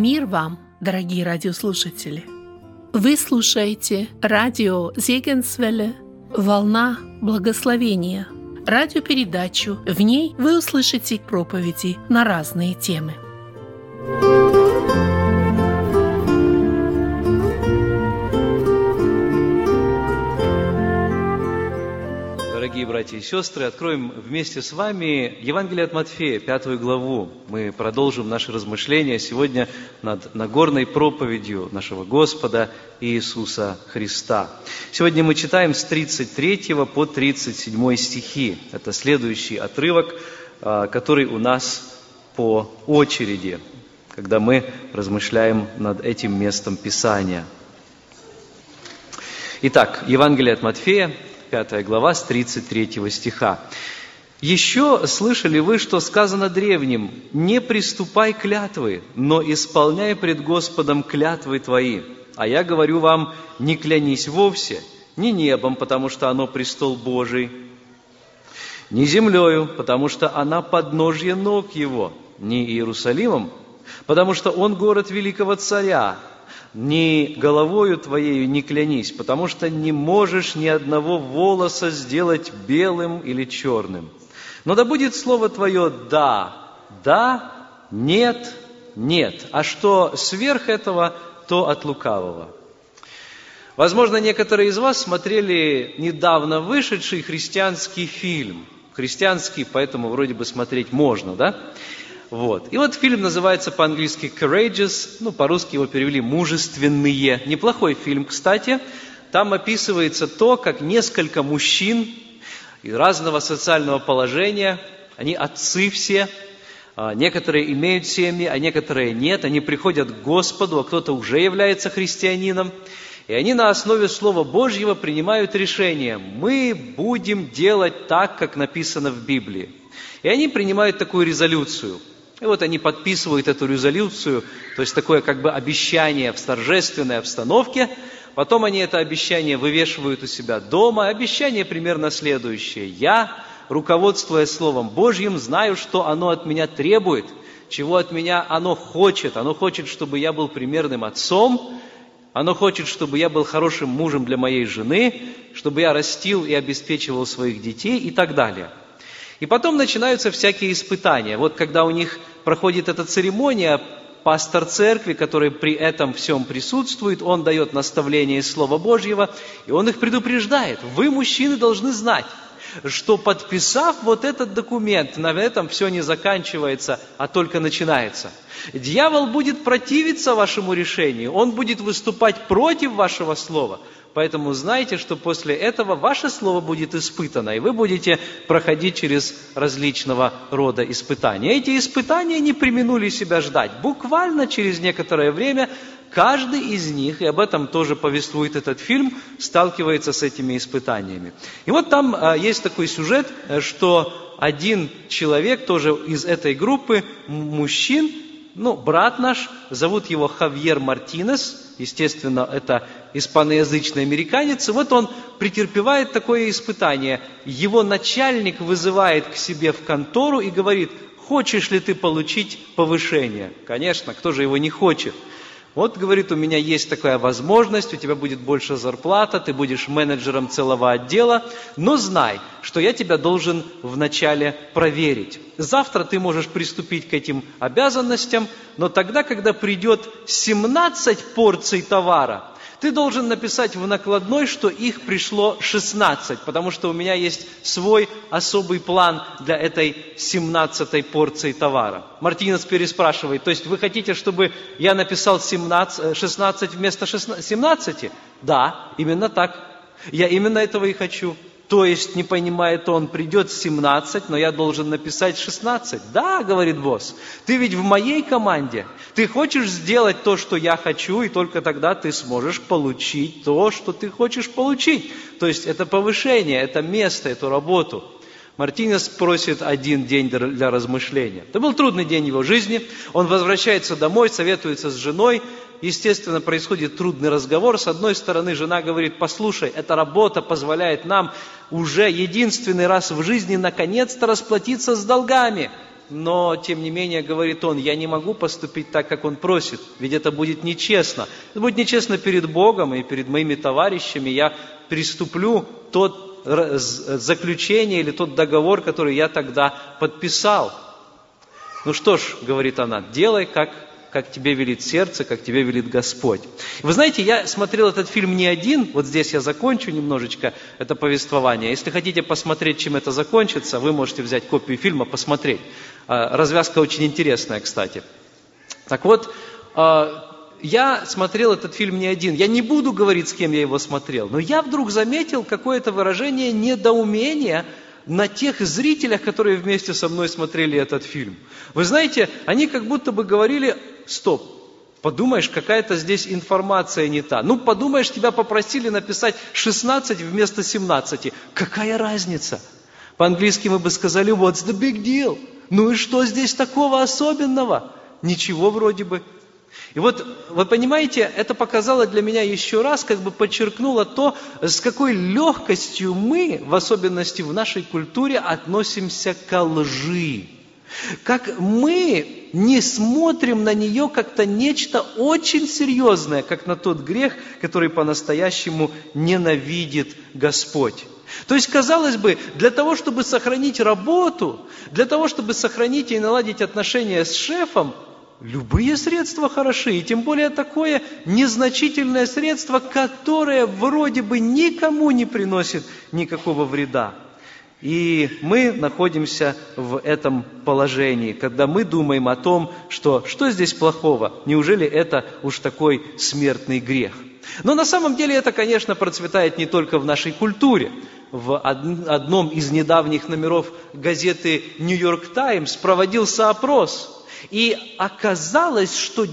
Мир вам, дорогие радиослушатели! Вы слушаете радио Зегенсвелле «Волна благословения», радиопередачу. В ней вы услышите проповеди на разные темы. Дорогие братья и сестры, откроем вместе с вами Евангелие от Матфея, 5 главу. Мы продолжим наши размышления сегодня над Нагорной проповедью нашего Господа Иисуса Христа. Сегодня мы читаем с 33 по 37 стихи. Это следующий отрывок, который у нас по очереди, когда мы размышляем над этим местом Писания. Итак, Евангелие от Матфея, 5 глава, с 33 стиха. «Еще слышали вы, что сказано древним: не приступай клятвы, но исполняй пред Господом клятвы твои. А я говорю вам, не клянись вовсе, ни небом, потому что оно престол Божий, ни землею, потому что она подножье ног его, ни Иерусалимом, потому что он город великого царя, ни головою твоею не клянись, потому что не можешь ни одного волоса сделать белым или черным. Но да будет слово твое «да», «да», «нет», «нет». А что сверх этого, то от лукавого». Возможно, некоторые из вас смотрели недавно вышедший христианский фильм. Христианский, поэтому вроде бы смотреть можно, да? И вот фильм называется по-английски «Courageous», по-русски его перевели «Мужественные». Неплохой фильм, кстати. Там описывается то, как несколько мужчин из разного социального положения, они отцы все, некоторые имеют семьи, а некоторые нет, они приходят к Господу, а кто-то уже является христианином, и они на основе Слова Божьего принимают решение: мы будем делать так, как написано в Библии. И они принимают такую резолюцию. И вот они подписывают эту резолюцию, то есть такое как бы обещание в торжественной обстановке. Потом они это обещание вывешивают у себя дома. Обещание примерно следующее: я, руководствуясь Словом Божьим, знаю, что оно от меня требует, чего от меня оно хочет. Оно хочет, чтобы я был примерным отцом, оно хочет, чтобы я был хорошим мужем для моей жены, чтобы я растил и обеспечивал своих детей и так далее. И потом начинаются всякие испытания. Вот когда у них проходит эта церемония, пастор церкви, который при этом всем присутствует, он дает наставление из Слова Божьего, и он их предупреждает: вы, мужчины, должны знать, что подписав вот этот документ, на этом все не заканчивается, а только начинается. Дьявол будет противиться вашему решению, он будет выступать против вашего слова. Поэтому знайте, что после этого ваше слово будет испытано, и вы будете проходить через различного рода испытания. Эти испытания не преминули себя ждать. Буквально через некоторое время каждый из них, и об этом тоже повествует этот фильм, сталкивается с этими испытаниями. И вот там есть такой сюжет, что один человек, тоже из этой группы мужчин, брат наш, зовут его Хавьер Мартинес, естественно, это испаноязычный американец, и вот он претерпевает такое испытание. Его начальник вызывает к себе в контору и говорит: хочешь ли ты получить повышение? Конечно, кто же его не хочет? Вот, говорит, у меня есть такая возможность, у тебя будет больше зарплата, ты будешь менеджером целого отдела, но знай, что я тебя должен вначале проверить. Завтра ты можешь приступить к этим обязанностям, но тогда, когда придет 17 порций товара, ты должен написать в накладной, что их пришло 16, потому что у меня есть свой особый план для этой 17-й порции товара. Мартинес переспрашивает: то есть вы хотите, чтобы я написал 16 вместо 17? Да, именно так. Я именно этого и хочу. То есть, не понимает он, придет 17, но я должен написать 16. Да, говорит босс, ты ведь в моей команде. Ты хочешь сделать то, что я хочу, и только тогда ты сможешь получить то, что ты хочешь получить. То есть, это повышение, это место, эту работу. Мартинес просит один день для размышления. Это был трудный день его жизни. Он возвращается домой, советуется с женой. Естественно, происходит трудный разговор. С одной стороны, жена говорит: послушай, эта работа позволяет нам уже единственный раз в жизни наконец-то расплатиться с долгами. но тем не менее, говорит он, я не могу поступить так, как он просит, ведь это будет нечестно. Это будет нечестно перед Богом и перед моими товарищами. Я приступлю тот заключение или тот договор, который я тогда подписал. Ну что ж, говорит она, делай, как тебе велит сердце, как тебе велит Господь. Вы знаете, я смотрел этот фильм не один, вот здесь я закончу немножечко это повествование. Если хотите посмотреть, чем это закончится, вы можете взять копию фильма, посмотреть. Развязка очень интересная, кстати. Так вот, я смотрел этот фильм не один. Я не буду говорить, с кем я его смотрел, но я вдруг заметил какое-то выражение недоумения на тех зрителях, которые вместе со мной смотрели этот фильм. Вы знаете, они как будто бы говорили, стоп, подумаешь, какая-то здесь информация не та. Ну, подумаешь, тебя попросили написать 16 вместо 17. Какая разница? По-английски мы бы сказали, what's the big deal? Ну и что здесь такого особенного? Ничего вроде бы. И вот, вы понимаете, это показало для меня еще раз, как бы подчеркнуло то, с какой легкостью мы, в особенности в нашей культуре, относимся к лжи. Как мы не смотрим на нее как-то нечто очень серьезное, как на тот грех, который по-настоящему ненавидит Господь. То есть, казалось бы, для того, чтобы сохранить работу, для того, чтобы сохранить и наладить отношения с шефом, любые средства хороши, и тем более такое незначительное средство, которое вроде бы никому не приносит никакого вреда. И мы находимся в этом положении, когда мы думаем о том, что здесь плохого, неужели это уж такой смертный грех. Но на самом деле это, конечно, процветает не только в нашей культуре. В одном из недавних номеров газеты «Нью-Йорк Таймс» проводился опрос. И оказалось, что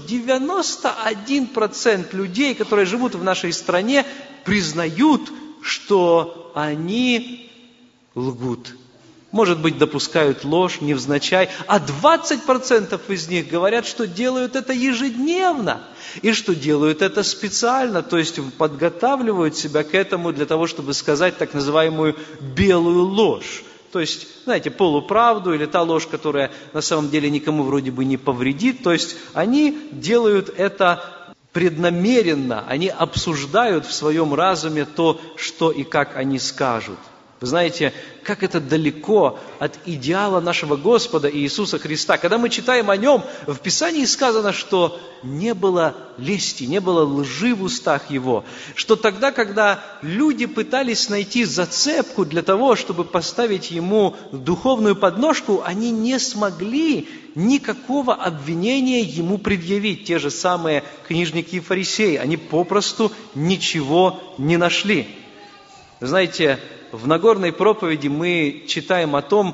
91% людей, которые живут в нашей стране, признают, что они лгут. Может быть, допускают ложь невзначай, а 20% из них говорят, что делают это ежедневно, и что делают это специально, то есть подготавливают себя к этому для того, чтобы сказать так называемую белую ложь. То есть, знаете, полуправду или та ложь, которая на самом деле никому вроде бы не повредит. То есть, они делают это преднамеренно, они обсуждают в своем разуме то, что и как они скажут. Вы знаете, как это далеко от идеала нашего Господа Иисуса Христа. Когда мы читаем о Нем, в Писании сказано, что не было лести, не было лжи в устах Его. Что тогда, когда люди пытались найти зацепку для того, чтобы поставить Ему духовную подножку, они не смогли никакого обвинения Ему предъявить. Те же самые книжники и фарисеи, они попросту ничего не нашли. Знаете, в Нагорной проповеди мы читаем о том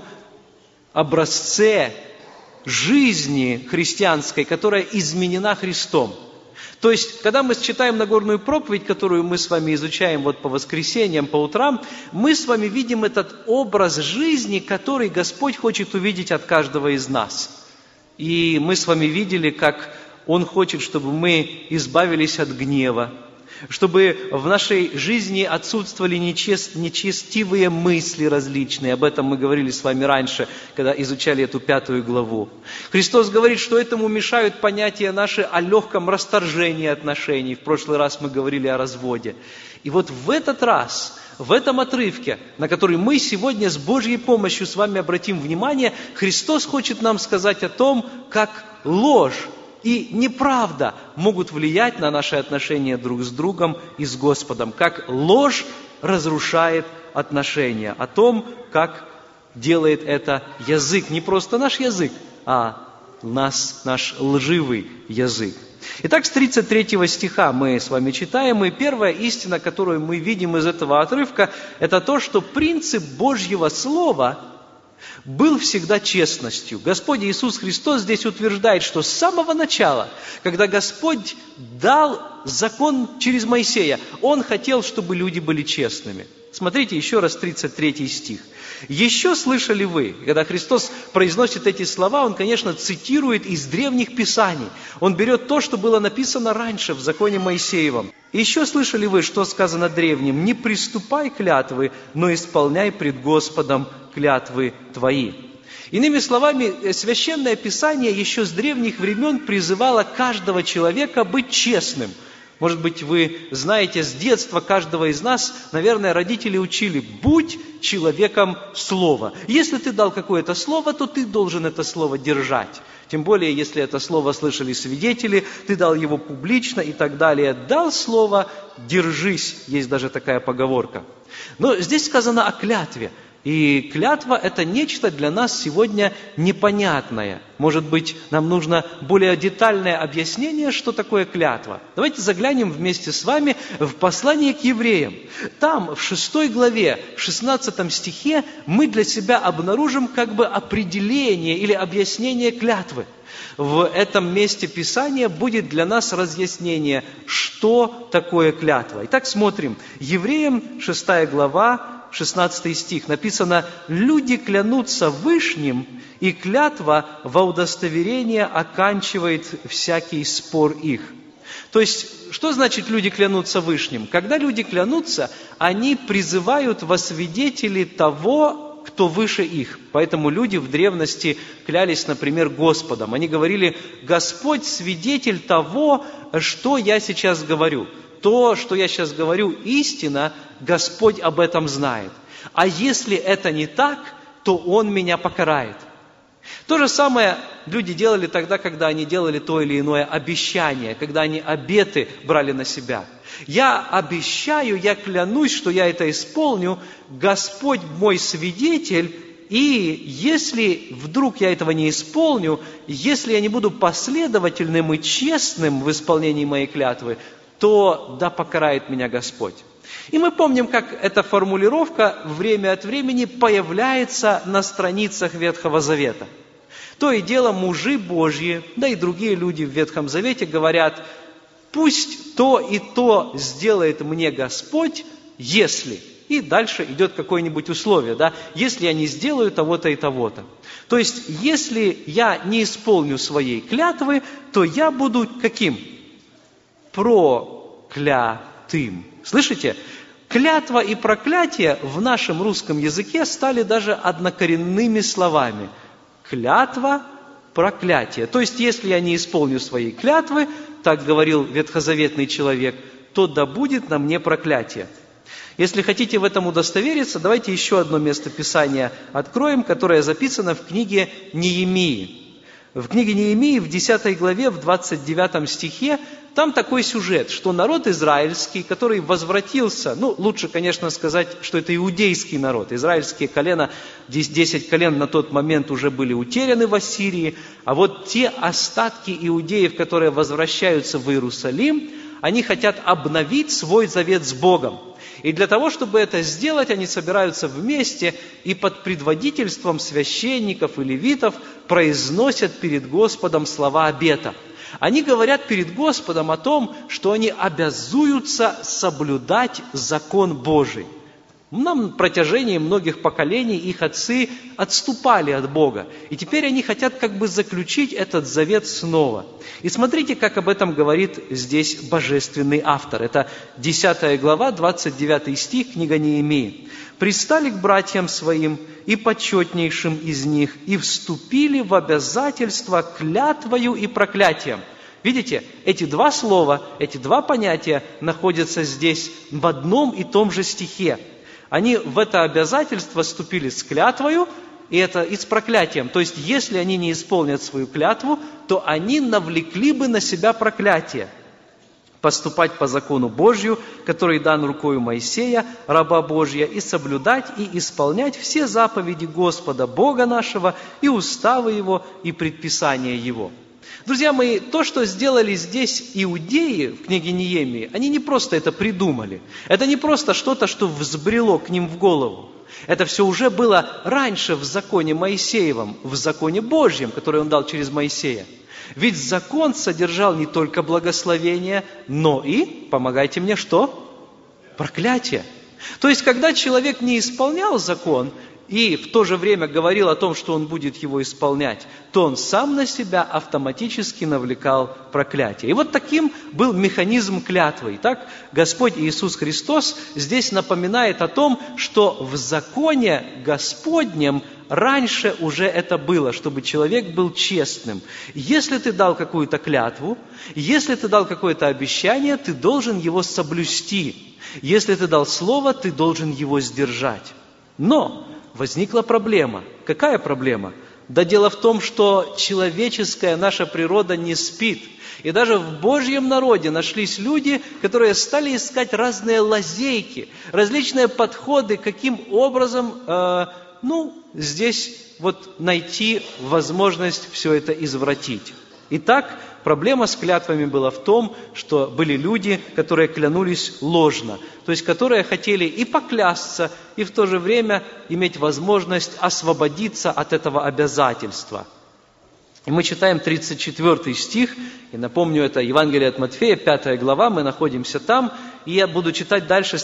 образце жизни христианской, которая изменена Христом. То есть, когда мы читаем Нагорную проповедь, которую мы с вами изучаем вот по воскресеньям, по утрам, мы с вами видим этот образ жизни, который Господь хочет увидеть от каждого из нас. И мы с вами видели, как Он хочет, чтобы мы избавились от гнева, чтобы в нашей жизни отсутствовали нечестивые мысли различные. Об этом мы говорили с вами раньше, когда изучали эту 5 главу. Христос говорит, что этому мешают понятия наши о легком расторжении отношений. В прошлый раз мы говорили о разводе. И вот в этот раз, в этом отрывке, на который мы сегодня с Божьей помощью с вами обратим внимание, Христос хочет нам сказать о том, как ложь и неправда могут влиять на наши отношения друг с другом и с Господом. Как ложь разрушает отношения. О том, как делает это язык. Не просто наш язык, а наш лживый язык. Итак, с 33 стиха мы с вами читаем. И первая истина, которую мы видим из этого отрывка, это то, что принцип Божьего Слова был всегда честностью. Господь Иисус Христос здесь утверждает, что с самого начала, когда Господь дал закон через Моисея, Он хотел, чтобы люди были честными. Смотрите еще раз 33 стих. «Еще слышали вы», когда Христос произносит эти слова, Он, конечно, цитирует из древних Писаний. Он берет то, что было написано раньше в законе Моисеевом. «Еще слышали вы, что сказано древним: не приступай клятвы, но исполняй пред Господом клятвы твои». Иными словами, Священное Писание еще с древних времен призывало каждого человека быть честным. Может быть, вы знаете, с детства каждого из нас, наверное, родители учили: будь человеком слова. Если ты дал какое-то слово, то ты должен это слово держать. Тем более, если это слово слышали свидетели, ты дал его публично и так далее. Дал слово, держись. Есть даже такая поговорка. Но здесь сказано о клятве. И клятва – это нечто для нас сегодня непонятное. Может быть, нам нужно более детальное объяснение, что такое клятва. Давайте заглянем вместе с вами в послание к евреям. Там, в 6 главе, в 16 стихе, мы для себя обнаружим как бы определение или объяснение клятвы. В этом месте Писания будет для нас разъяснение, что такое клятва. Итак, смотрим. Евреям 6 глава, 16 стих, написано: «Люди клянутся Вышним, и клятва во удостоверение оканчивает всякий спор их». То есть, что значит люди клянутся Вышним? Когда люди клянутся, они призывают во свидетели того, кто выше их. Поэтому люди в древности клялись, например, Господом. Они говорили: «Господь свидетель того, что я сейчас говорю». То, что я сейчас говорю, истина, Господь об этом знает. А если это не так, то Он меня покарает. То же самое люди делали тогда, когда они делали то или иное обещание, когда они обеты брали на себя. Я обещаю, я клянусь, что я это исполню, Господь мой свидетель, и если вдруг я этого не исполню, если я не буду последовательным и честным в исполнении моей клятвы, то да покарает меня Господь. И мы помним, как эта формулировка время от времени появляется на страницах Ветхого Завета. То и дело мужи Божьи, да и другие люди в Ветхом Завете говорят: пусть то и то сделает мне Господь, если... И дальше идет какое-нибудь условие, да? Если я не сделаю того-то и того-то. То есть, если я не исполню своей клятвы, то я буду каким? Проклятым. Слышите? Клятва и проклятие в нашем русском языке стали даже однокоренными словами. Клятва, проклятие. То есть, если я не исполню своей клятвы, так говорил ветхозаветный человек, то да будет на мне проклятие. Если хотите в этом удостовериться, давайте еще одно место Писания откроем, которое записано в книге Неемии. В книге Неемии, в 10 главе, в 29 стихе, там такой сюжет, что народ израильский, который возвратился, лучше, конечно, сказать, что это иудейский народ. Израильские колена, 10 колен на тот момент уже были утеряны в Ассирии, а вот те остатки иудеев, которые возвращаются в Иерусалим, они хотят обновить свой завет с Богом. И для того, чтобы это сделать, они собираются вместе и под предводительством священников и левитов произносят перед Господом слова обета. Они говорят перед Господом о том, что они обязуются соблюдать закон Божий. На протяжении многих поколений их отцы отступали от Бога. И теперь они хотят как бы заключить этот завет снова. И смотрите, как об этом говорит здесь божественный автор. Это 10 глава, 29 стих, книга Неемии. «Пристали к братьям своим и почетнейшим из них, и вступили в обязательство клятвою и проклятием». Видите, эти два слова, эти два понятия находятся здесь в одном и том же стихе. Они в это обязательство вступили с клятвою, и с проклятием. То есть, если они не исполнят свою клятву, то они навлекли бы на себя проклятие. Поступать по закону Божью, который дан рукою Моисея, раба Божья, и соблюдать и исполнять все заповеди Господа Бога нашего, и уставы Его, и предписания Его. Друзья мои, то, что сделали здесь иудеи в книге Неемии, они не просто это придумали. Это не просто что-то, что взбрело к ним в голову. Это все уже было раньше в законе Моисеевом, в законе Божьем, который Он дал через Моисея. Ведь закон содержал не только благословение, но и, помогайте мне, что? Проклятие. То есть, когда человек не исполнял закон, и в то же время говорил о том, что он будет его исполнять, то он сам на себя автоматически навлекал проклятие. И вот таким был механизм клятвы. Итак, Господь Иисус Христос здесь напоминает о том, что в законе Господнем раньше уже это было, чтобы человек был честным. Если ты дал какую-то клятву, если ты дал какое-то обещание, ты должен его соблюсти. Если ты дал слово, ты должен его сдержать. Но возникла проблема. Какая проблема? Да дело в том, что человеческая наша природа не спит. И даже в Божьем народе нашлись люди, которые стали искать разные лазейки, различные подходы, каким образом, здесь найти возможность все это извратить. Итак, проблема с клятвами была в том, что были люди, которые клянулись ложно, то есть которые хотели и поклясться, и в то же время иметь возможность освободиться от этого обязательства. И мы читаем 34 стих, и напомню, это Евангелие от Матфея, 5 глава, мы находимся там, и я буду читать дальше с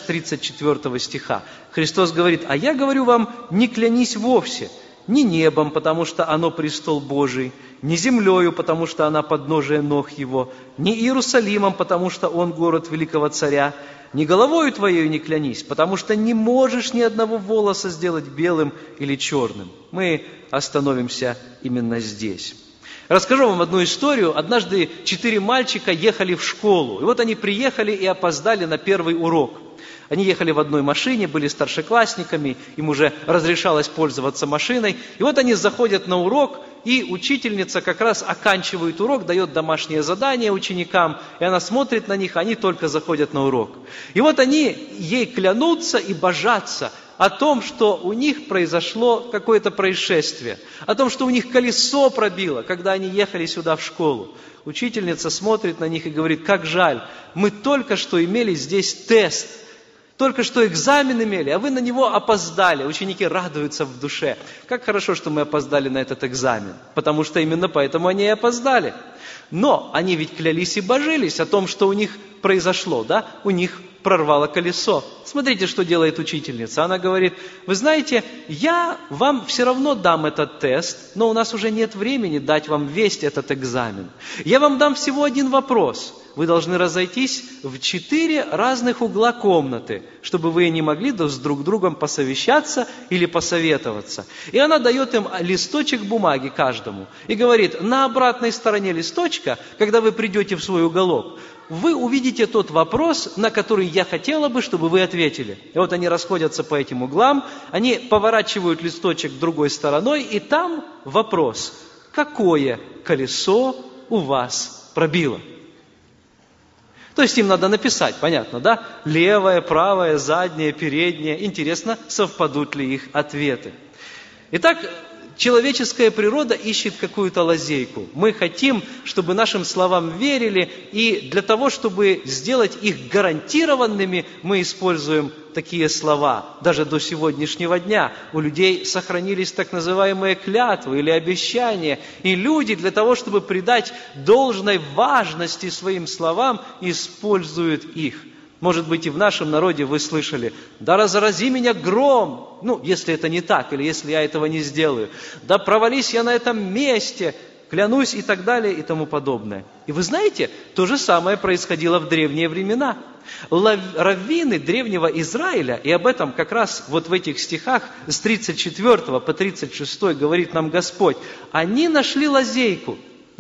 34 стиха. Христос говорит: «А я говорю вам, не клянись вовсе, ни небом, потому что оно престол Божий, ни землею, потому что она подножие ног Его, ни Иерусалимом, потому что он город великого царя, ни головою твоею не клянись, потому что не можешь ни одного волоса сделать белым или черным». Мы остановимся именно здесь. Расскажу вам одну историю. Однажды 4 мальчика ехали в школу. И вот они приехали и опоздали на первый урок. Они ехали в одной машине, были старшеклассниками, им уже разрешалось пользоваться машиной. И вот они заходят на урок, и учительница как раз оканчивает урок, дает домашнее задание ученикам, и она смотрит на них, они только заходят на урок. И вот они ей клянутся и божатся о том, что у них произошло какое-то происшествие, о том, что у них колесо пробило, когда они ехали сюда в школу. Учительница смотрит на них и говорит: «Как жаль, мы только что имели здесь тест, только что экзамен имели, а вы на него опоздали». Ученики радуются в душе. Как хорошо, что мы опоздали на этот экзамен, потому что именно поэтому они и опоздали. Но они ведь клялись и божились о том, что у них произошло, да? У них прорвало колесо. Смотрите, что делает учительница. Она говорит: «Вы знаете, я вам все равно дам этот тест, но у нас уже нет времени дать вам весь этот экзамен. Я вам дам всего один вопрос. Вы должны разойтись в 4 разных угла комнаты, чтобы вы не могли с друг другом посовещаться или посоветоваться». И она дает им листочек бумаги каждому и говорит: «На обратной стороне листочка, когда вы придете в свой уголок, вы увидите тот вопрос, на который я хотела бы, чтобы вы ответили». И вот они расходятся по этим углам, они поворачивают листочек другой стороной, и там вопрос: «Какое колесо у вас пробило?» То есть им надо написать, понятно, да? Левое, правое, заднее, переднее. Интересно, совпадут ли их ответы. Итак, человеческая природа ищет какую-то лазейку. Мы хотим, чтобы нашим словам верили, и для того, чтобы сделать их гарантированными, мы используем такие слова. Даже до сегодняшнего дня у людей сохранились так называемые клятвы или обещания, и люди для того, чтобы придать должной важности своим словам, используют их. Может быть, и в нашем народе вы слышали: «Да разрази меня гром», если это не так, или если я этого не сделаю, «Да провались я на этом месте», «Клянусь» и так далее, и тому подобное. И вы знаете, то же самое происходило в древние времена. Раввины древнего Израиля, и об этом как раз вот в этих стихах с 34 по 36 говорит нам Господь, они нашли лазейку,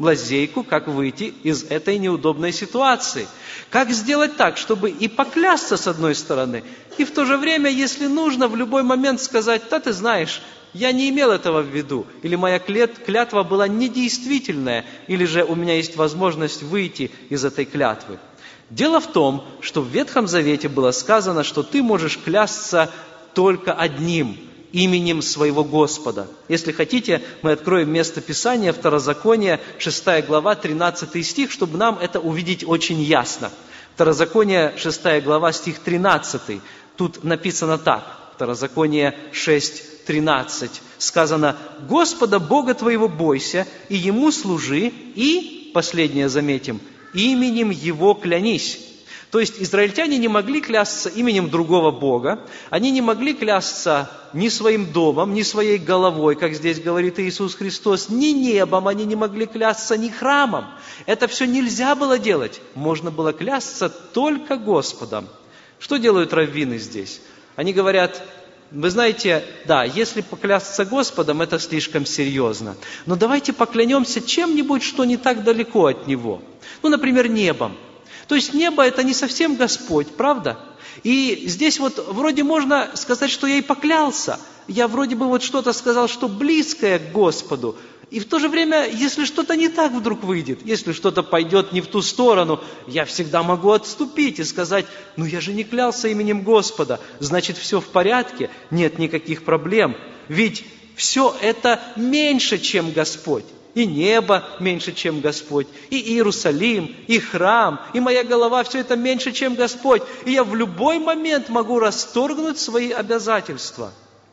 как выйти из этой неудобной ситуации. Как сделать так, чтобы и поклясться с одной стороны, и в то же время, если нужно, в любой момент сказать: «Да ты знаешь, я не имел этого в виду», или «Моя клятва была недействительная», или же «У меня есть возможность выйти из этой клятвы». Дело в том, что в Ветхом Завете было сказано, что ты можешь клясться только одним – именем своего Господа. Если хотите, мы откроем место Писания, Второзаконие, 6 глава, 13 стих, чтобы нам это увидеть очень ясно. Второзаконие, 6 глава, стих 13. Тут написано так, Второзаконие 6, 13. Сказано: «Господа Бога твоего бойся, и Ему служи, и, последнее заметим, именем Его клянись». То есть израильтяне не могли клясться именем другого Бога, они не могли клясться ни своим домом, ни своей головой, как здесь говорит Иисус Христос, ни небом, они не могли клясться ни храмом. Это все нельзя было делать, можно было клясться только Господом. Что делают раввины здесь? Они говорят: Вы знаете, да, если поклясться Господом, это слишком серьезно. Но давайте поклянемся чем-нибудь, что не так далеко от Него. Ну, например, небом. То есть небо – это не совсем Господь, правда? И здесь вот вроде можно сказать, что я и поклялся. Я вроде бы вот что-то сказал, что близкое к Господу. И в то же время, если что-то не так вдруг выйдет, если что-то пойдет не в ту сторону, я всегда могу отступить и сказать, ну я же не клялся именем Господа, значит все в порядке, нет никаких проблем. Ведь все это меньше, чем Господь. И небо меньше, чем Господь, и Иерусалим, и храм, и моя голова, все это меньше, чем Господь. И я в любой момент могу расторгнуть свои обязательства.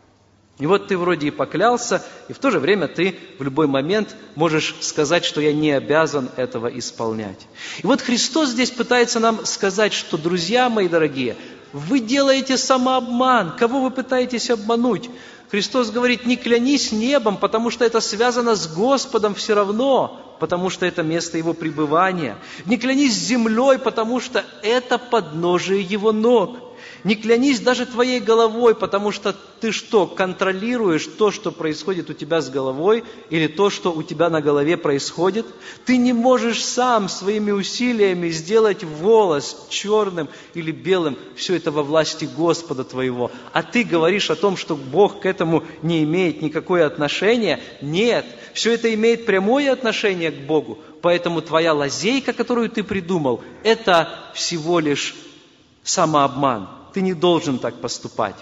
И вот ты вроде и поклялся, и в то же время ты в любой момент можешь сказать, что я не обязан этого исполнять. И вот Христос здесь пытается нам сказать, что, друзья мои дорогие, вы делаете самообман. Кого вы пытаетесь обмануть? Христос говорит, не клянись небом, потому что это связано с Господом все равно, потому что это место Его пребывания. Не клянись землей, потому что это подножие Его ног. Не клянись даже твоей головой, потому что ты что, контролируешь то, что происходит у тебя с головой, или то, что у тебя на голове происходит? Ты не можешь сам своими усилиями сделать волос черным или белым. Все это во власти Господа твоего. А ты говоришь о том, что Бог к этому не имеет никакое отношения? Нет, все это имеет прямое отношение к Богу. Поэтому твоя лазейка, которую ты придумал, это всего лишь самообман. Ты не должен так поступать.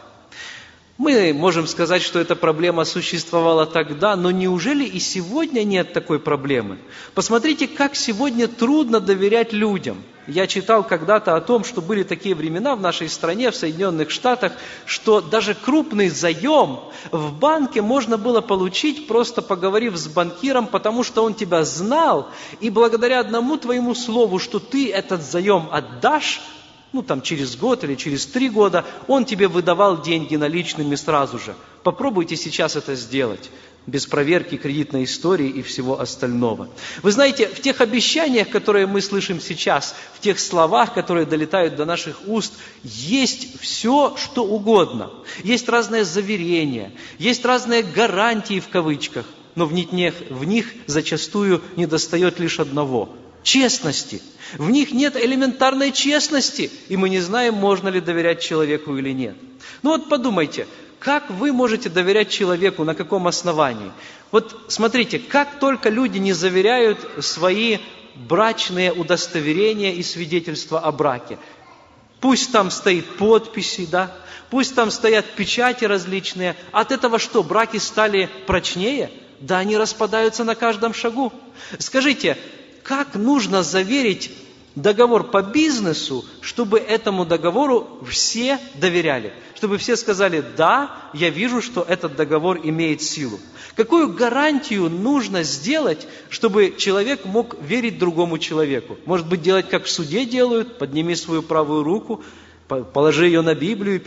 Мы можем сказать, что эта проблема существовала тогда, но неужели и сегодня нет такой проблемы? Посмотрите, как сегодня трудно доверять людям. Я читал когда-то о том, что были такие времена в нашей стране, в Соединенных Штатах, что даже крупный заем в банке можно было получить, просто поговорив с банкиром, потому что он тебя знал, и благодаря одному твоему слову, что ты этот заем отдашь, через год или через 3 года, он тебе выдавал деньги наличными сразу же. Попробуйте сейчас это сделать, без проверки кредитной истории и всего остального. Вы знаете, в тех обещаниях, которые мы слышим сейчас, в тех словах, которые долетают до наших уст, есть все, что угодно. Есть разные заверения, есть разные гарантии в кавычках, но в них зачастую недостает лишь одного – честности. В них нет элементарной честности, и мы не знаем, можно ли доверять человеку или нет. Подумайте, как вы можете доверять человеку, на каком основании? Смотрите, как только люди не заверяют свои брачные удостоверения и свидетельства о браке. Пусть там стоит подписи, пусть там стоят печати различные. От этого что, браки стали прочнее? Да, они распадаются на каждом шагу. Скажите, как нужно заверить договор по бизнесу, чтобы этому договору все доверяли? Чтобы все сказали, да, я вижу, что этот договор имеет силу. Какую гарантию нужно сделать, чтобы человек мог верить другому человеку? Может быть, делать, как в суде делают, подними свою правую руку, положи ее на Библию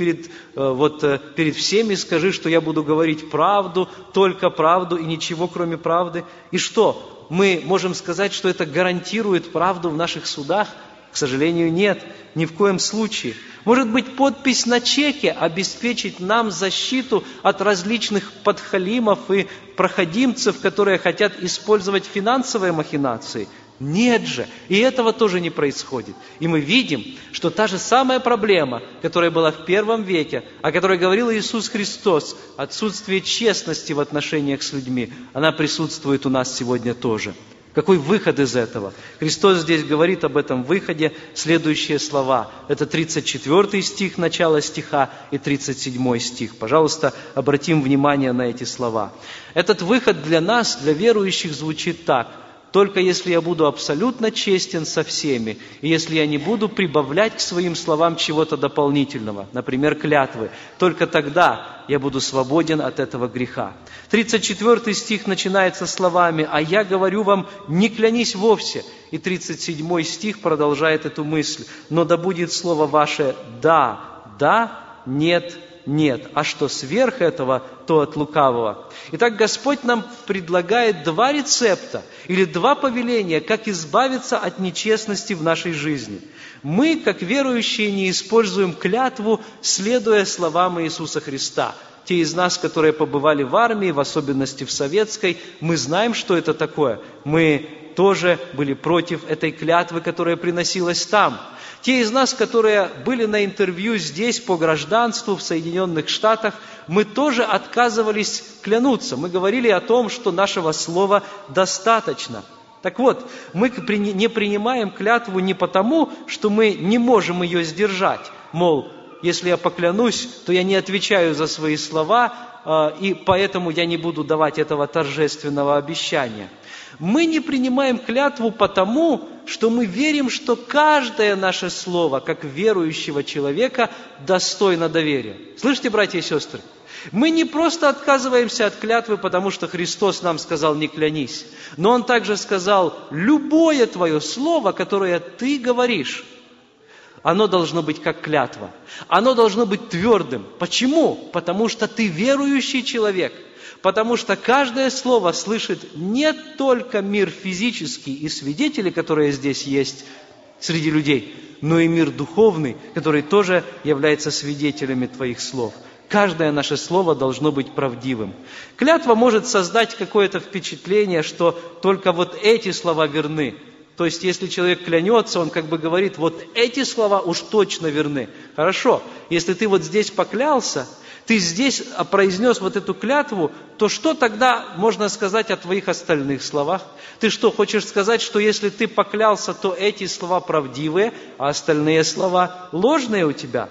перед всеми, скажи, что я буду говорить правду, только правду и ничего, кроме правды. И что? Мы можем сказать, что это гарантирует правду в наших судах? К сожалению, нет, ни в коем случае. Может быть, подпись на чеке обеспечит нам защиту от различных подхалимов и проходимцев, которые хотят использовать финансовые махинации? Нет же, и этого тоже не происходит. И мы видим, что та же самая проблема, которая была в первом веке, о которой говорил Иисус Христос, отсутствие честности в отношениях с людьми, она присутствует у нас сегодня тоже. Какой выход из этого? Христос здесь говорит об этом выходе следующие слова. Это 34 стих, начало стиха, и 37 стих. Пожалуйста, обратим внимание на эти слова. Этот выход для нас, для верующих, звучит так. Только если я буду абсолютно честен со всеми, и если я не буду прибавлять к своим словам чего-то дополнительного, например, клятвы, только тогда я буду свободен от этого греха. 34 стих начинается словами «А я говорю вам, не клянись вовсе». И 37 стих продолжает эту мысль «Но да будет слово ваше «да», да, нет, нет, а что сверх этого, то от лукавого. Итак, Господь нам предлагает два рецепта или два повеления, как избавиться от нечестности в нашей жизни. Мы, как верующие, не используем клятву, следуя словам Иисуса Христа. Те из нас, которые побывали в армии, в особенности в советской, мы знаем, что это такое. Мы тоже были против этой клятвы, которая приносилась там. Те из нас, которые были на интервью здесь по гражданству в Соединенных Штатах, мы тоже отказывались клянуться. Мы говорили о том, что нашего слова достаточно. Так вот, мы не принимаем клятву не потому, что мы не можем ее сдержать. Мол, если я поклянусь, то я не отвечаю за свои слова, и поэтому я не буду давать этого торжественного обещания. Мы не принимаем клятву потому, что мы верим, что каждое наше слово, как верующего человека, достойно доверия. Слышите, братья и сестры? Мы не просто отказываемся от клятвы, потому что Христос нам сказал «не клянись», но Он также сказал «любое твое слово, которое ты говоришь, оно должно быть как клятва. Оно должно быть твердым. Почему? Потому что ты верующий человек. Потому что каждое слово слышит не только мир физический и свидетели, которые здесь есть среди людей, но и мир духовный, который тоже является свидетелями твоих слов. Каждое наше слово должно быть правдивым. Клятва может создать какое-то впечатление, что только вот эти слова верны. То есть, если человек клянется, он как бы говорит, вот эти слова уж точно верны. Хорошо, если ты вот здесь поклялся, ты здесь произнес вот эту клятву, то что тогда можно сказать о твоих остальных словах? Ты что, хочешь сказать, что если ты поклялся, то эти слова правдивые, а остальные слова ложные у тебя?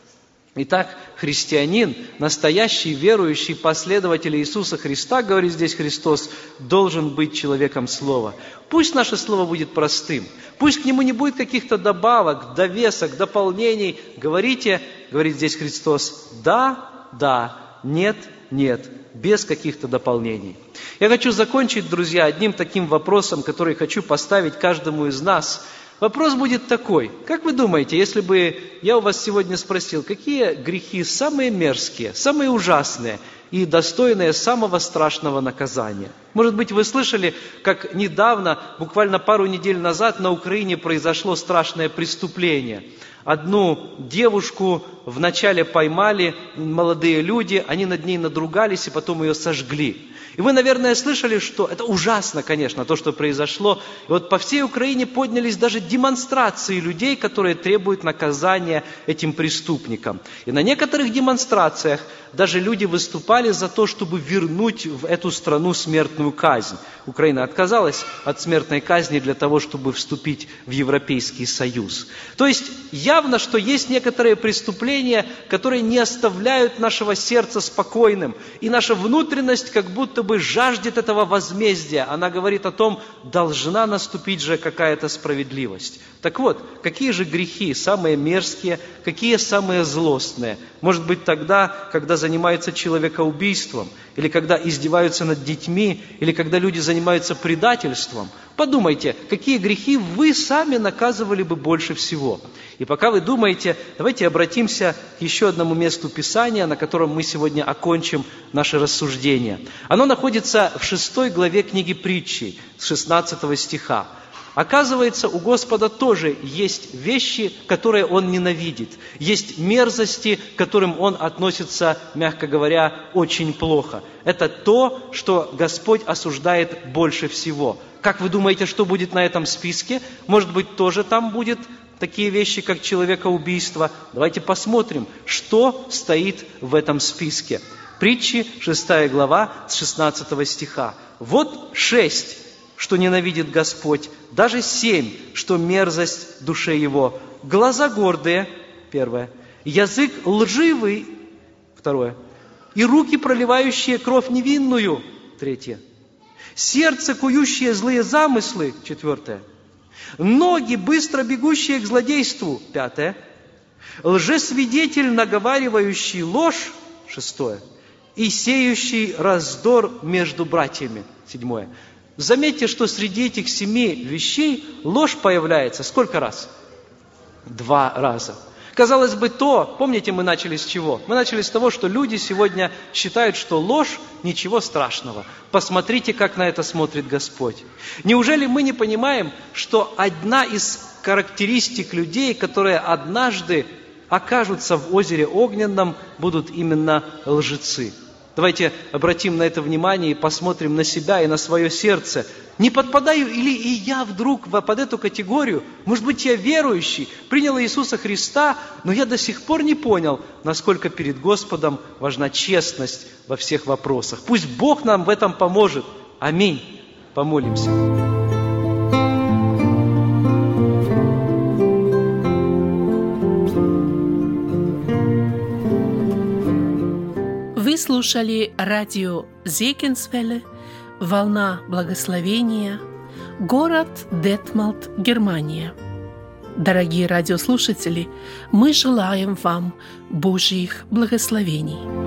Итак, христианин, настоящий верующий последователь Иисуса Христа, говорит здесь Христос, должен быть человеком слова. Пусть наше слово будет простым, пусть к нему не будет каких-то добавок, довесок, дополнений. Говорите, говорит здесь Христос, да, да, нет, нет, без каких-то дополнений. Я хочу закончить, друзья, одним таким вопросом, который хочу поставить каждому из нас. Вопрос будет такой. Как вы думаете, если бы я у вас сегодня спросил, какие грехи самые мерзкие, самые ужасные и достойные самого страшного наказания? Может быть, вы слышали, как недавно, буквально пару недель назад, на Украине произошло страшное преступление. Одну девушку вначале поймали молодые люди, они над ней надругались и потом ее сожгли. И вы, наверное, слышали, что это ужасно, конечно, то, что произошло. И вот по всей Украине поднялись даже демонстрации людей, которые требуют наказания этим преступникам. И на некоторых демонстрациях даже люди выступали за то, чтобы вернуть в эту страну смертную казнь. Украина отказалась от смертной казни для того, чтобы вступить в Европейский Союз. То есть явно, что есть некоторые преступления, которые не оставляют нашего сердца спокойным. И наша внутренность как будто бы жаждет этого возмездия. Она говорит о том, должна наступить же какая-то справедливость. Так вот, какие же грехи самые мерзкие, какие самые злостные? Может быть, тогда, когда занимаются человекоубийством, или когда издеваются над детьми, или когда люди занимаются предательством. Подумайте, какие грехи вы сами наказывали бы больше всего. И пока вы думаете, давайте обратимся к еще одному месту Писания, на котором мы сегодня окончим наше рассуждение. Оно находится в 6 главе книги Притчи, с 16 стиха. Оказывается, у Господа тоже есть вещи, которые Он ненавидит. Есть мерзости, к которым Он относится, мягко говоря, очень плохо. Это то, что Господь осуждает больше всего. Как вы думаете, что будет на этом списке? Может быть, тоже там будет такие вещи, как человекоубийство? Давайте посмотрим, что стоит в этом списке. Притчи, 6 глава, с 16 стиха. Вот 6, что ненавидит Господь, даже 7, что мерзость душе его. Глаза гордые, 1, язык лживый, 2, и руки, проливающие кровь невинную, 3, сердце, кующее злые замыслы, 4, ноги, быстро бегущие к злодейству, 5, лжесвидетель, наговаривающий ложь, 6, и сеющий раздор между братьями, 7. Заметьте, что среди этих 7 вещей ложь появляется сколько раз? 2 раза. Казалось бы, помните, мы начали с чего? Мы начали с того, что люди сегодня считают, что ложь – ничего страшного. Посмотрите, как на это смотрит Господь. Неужели мы не понимаем, что одна из характеристик людей, которые однажды окажутся в озере огненном, будут именно лжецы? Давайте обратим на это внимание и посмотрим на себя и на свое сердце. Не подпадаю ли и я вдруг под эту категорию? Может быть, я верующий, принял Иисуса Христа, но я до сих пор не понял, насколько перед Господом важна честность во всех вопросах. Пусть Бог нам в этом поможет. Аминь. Помолимся. Вы слушали радио Зегенсвелле, «Волна благословения», город Детмалт, Германия. Дорогие радиослушатели, мы желаем вам Божьих благословений.